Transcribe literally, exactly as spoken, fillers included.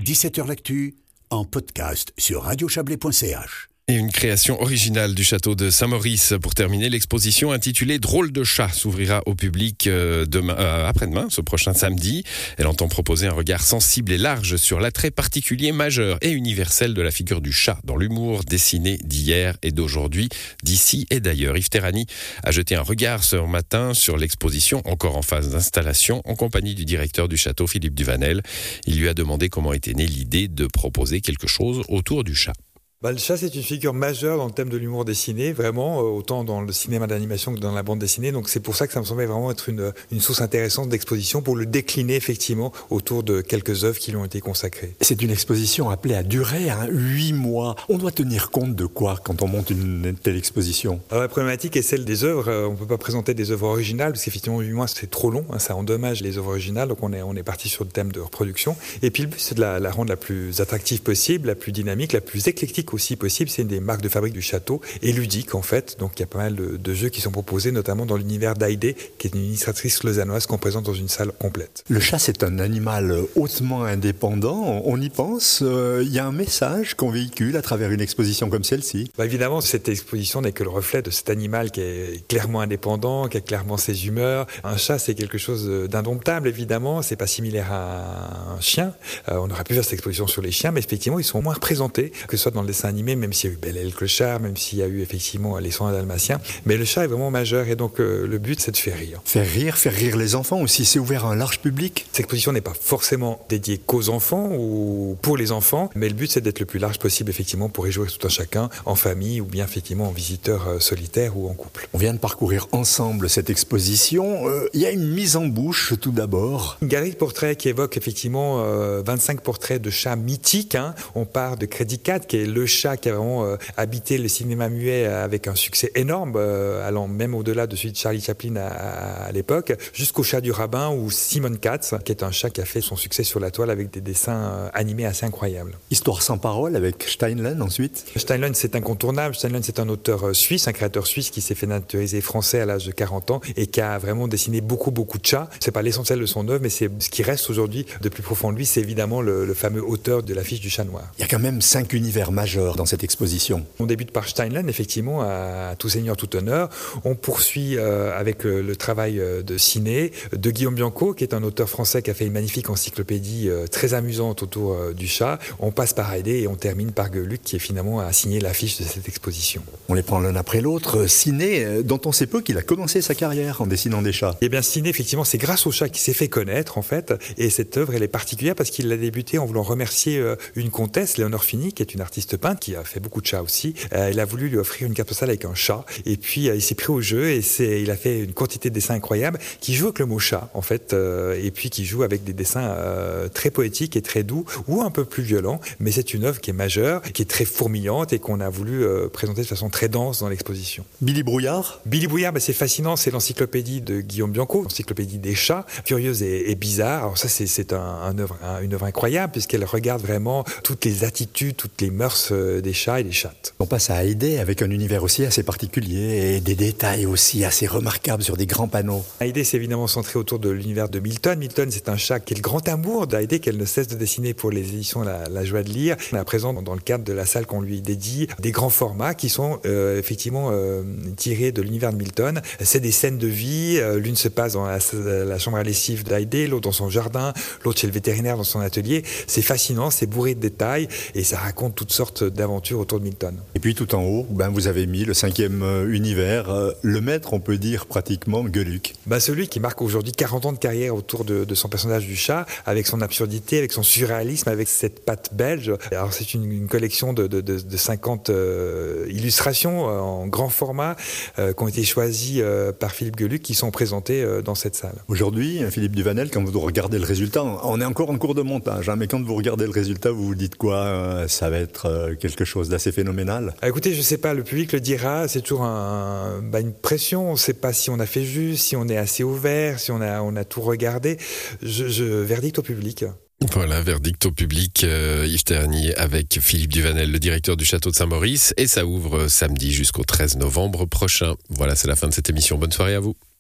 dix-sept heures l'actu, en podcast sur radio chablais point c h. Et une création originale du château de Saint-Maurice. Pour terminer, l'exposition intitulée « Drôle de chat » s'ouvrira au public demain, euh, après-demain, ce prochain samedi. Elle entend proposer un regard sensible et large sur l'attrait particulier, majeur et universel de la figure du chat dans l'humour dessiné d'hier et d'aujourd'hui, d'ici et d'ailleurs. Yves Terrani a jeté un regard ce matin sur l'exposition, encore en phase d'installation, en compagnie du directeur du château, Philippe Duvanel. Il lui a demandé comment était née l'idée de proposer quelque chose autour du chat. Bah, le chat, c'est une figure majeure dans le thème de l'humour dessiné, vraiment, euh, autant dans le cinéma d'animation que dans la bande dessinée. Donc c'est pour ça que ça me semblait vraiment être une, une source intéressante d'exposition pour le décliner effectivement autour de quelques œuvres qui lui ont été consacrées. C'est une exposition appelée à durer hein, huit mois. On doit tenir compte de quoi quand on monte une telle exposition? Alors, la problématique est celle des œuvres. Euh, on ne peut pas présenter des œuvres originales parce qu'effectivement huit mois c'est trop long, hein, ça endommage les œuvres originales. Donc on est, on est parti sur le thème de reproduction. Et puis le but c'est de la, la rendre la plus attractive possible, la plus dynamique, la plus éclectique aussi possible. C'est une des marques de fabrique du château et ludique en fait. Donc il y a pas mal de, de jeux qui sont proposés, notamment dans l'univers d'Haïdé, qui est une illustratrice lausannoise qu'on présente dans une salle complète. Le chat, c'est un animal hautement indépendant. On y pense. Il euh, y a un message qu'on véhicule à travers une exposition comme celle-ci. Bah évidemment, cette exposition n'est que le reflet de cet animal qui est clairement indépendant, qui a clairement ses humeurs. Un chat, c'est quelque chose d'indomptable, évidemment. C'est pas similaire à un chien. Euh, on aurait pu faire cette exposition sur les chiens, mais effectivement, ils sont moins représentés, que ce soit dans le dessin animé, même s'il y a eu Belle et le Clochard, même s'il y a eu effectivement les soins dalmatiens. Mais le chat est vraiment majeur et donc euh, le but, c'est de faire rire. Faire rire, faire rire les enfants aussi. C'est ouvert à un large public. Cette exposition n'est pas forcément dédiée qu'aux enfants ou pour les enfants, mais le but, c'est d'être le plus large possible, effectivement, pour réjouir tout un chacun, en famille ou bien effectivement en visiteur euh, solitaire ou en couple. On vient de parcourir ensemble cette exposition. Euh, il y a une mise en bouche tout d'abord. Une galerie de portraits qui évoque effectivement euh, vingt-cinq portraits de chats mythiques. Hein. On part de Credit Cat, qui est le chat qui a vraiment euh, habité le cinéma muet avec un succès énorme, euh, allant même au-delà de celui de Charlie Chaplin à, à, à l'époque, jusqu'au chat du rabbin ou Simon Katz, qui est un chat qui a fait son succès sur la toile avec des dessins euh, animés assez incroyables. Histoire sans parole avec Steinlen ensuite. Steinlen, c'est incontournable. Steinlen, c'est un auteur suisse, un créateur suisse qui s'est fait naturaliser français à l'âge de quarante ans et qui a vraiment dessiné beaucoup, beaucoup de chats. C'est pas l'essentiel de son œuvre, mais c'est ce qui reste aujourd'hui de plus profond de lui, c'est évidemment le, le fameux auteur de l'affiche du chat noir. Il y a quand même cinq univers majeurs dans cette exposition. On débute par Steinlen, effectivement, à tout seigneur, tout honneur. On poursuit euh, avec le, le travail de ciné de Guillaume Bianco, qui est un auteur français qui a fait une magnifique encyclopédie euh, très amusante autour euh, du chat. On passe par Haïdé et on termine par Gueuluc, qui est finalement a signé l'affiche de cette exposition. On les prend l'un après l'autre. Ciné, dont on sait peu qu'il a commencé sa carrière en dessinant des chats. Eh bien, Ciné, effectivement, c'est grâce au chat qu'il s'est fait connaître, en fait. Et cette œuvre, elle est particulière parce qu'il l'a débuté en voulant remercier euh, une comtesse, Léonore Fini, qui est une artiste peintre, qui a fait beaucoup de chats aussi. Euh, il a voulu lui offrir une carte postale avec un chat. Et puis, euh, il s'est pris au jeu et c'est, il a fait une quantité de dessins incroyables qui jouent avec le mot chat, en fait. Euh, et puis, qui joue avec des dessins euh, très poétiques et très doux ou un peu plus violents. Mais c'est une œuvre qui est majeure, qui est très fourmillante et qu'on a voulu euh, présenter de façon très dense dans l'exposition. Billy Brouillard Billy Brouillard, bah, c'est fascinant. C'est l'encyclopédie de Guillaume Bianco, l'encyclopédie des chats, curieuse et, et bizarre. Alors ça, c'est, c'est un, un œuvre, un, une œuvre incroyable puisqu'elle regarde vraiment toutes les attitudes, toutes les mœurs euh, des chats et des chattes. On passe à Haïdé avec un univers aussi assez particulier et des détails aussi assez remarquables sur des grands panneaux. Haïdé, c'est évidemment centré autour de l'univers de Milton. Milton, c'est un chat qui est le grand amour d'Haïdé, qu'elle ne cesse de dessiner pour les éditions La, la Joie de lire. On est à présent dans le cadre de la salle qu'on lui dédie des grands formats qui sont euh, effectivement euh, tirés de l'univers de Milton. C'est des scènes de vie. Euh, l'une se passe dans la, la chambre à lessive d'Haïdé, l'autre dans son jardin, l'autre chez le vétérinaire dans son atelier. C'est fascinant, c'est bourré de détails et ça raconte toutes sortes d'aventures autour de Milton. Et puis tout en haut, ben, vous avez mis le cinquième euh, univers, euh, le maître, on peut dire pratiquement Gueuluc. Ben, celui qui marque aujourd'hui quarante ans de carrière autour de, de son personnage du chat, avec son absurdité, avec son surréalisme, avec cette patte belge. Alors c'est une, une collection de, de, de, de cinquante euh, illustrations euh, en grand format euh, qui ont été choisies euh, par Philippe Gueuluc, qui sont présentées euh, dans cette salle. Aujourd'hui, Philippe Duvanel, quand vous regardez le résultat, on est encore en cours de montage, hein, mais quand vous regardez le résultat, vous vous dites quoi euh, ça va être euh, quelque chose d'assez phénoménal. Ah, écoutez, je sais pas, le public le dira, c'est toujours un, bah, une pression, on sait pas si on a fait juste, si on est assez ouvert, si on a, on a tout regardé. Je, je verdict au public. Voilà, verdict au public, euh, Yves Terrani avec Philippe Duvanel, le directeur du château de Saint-Maurice, et ça ouvre samedi jusqu'au treize novembre prochain. Voilà, c'est la fin de cette émission. Bonne soirée à vous.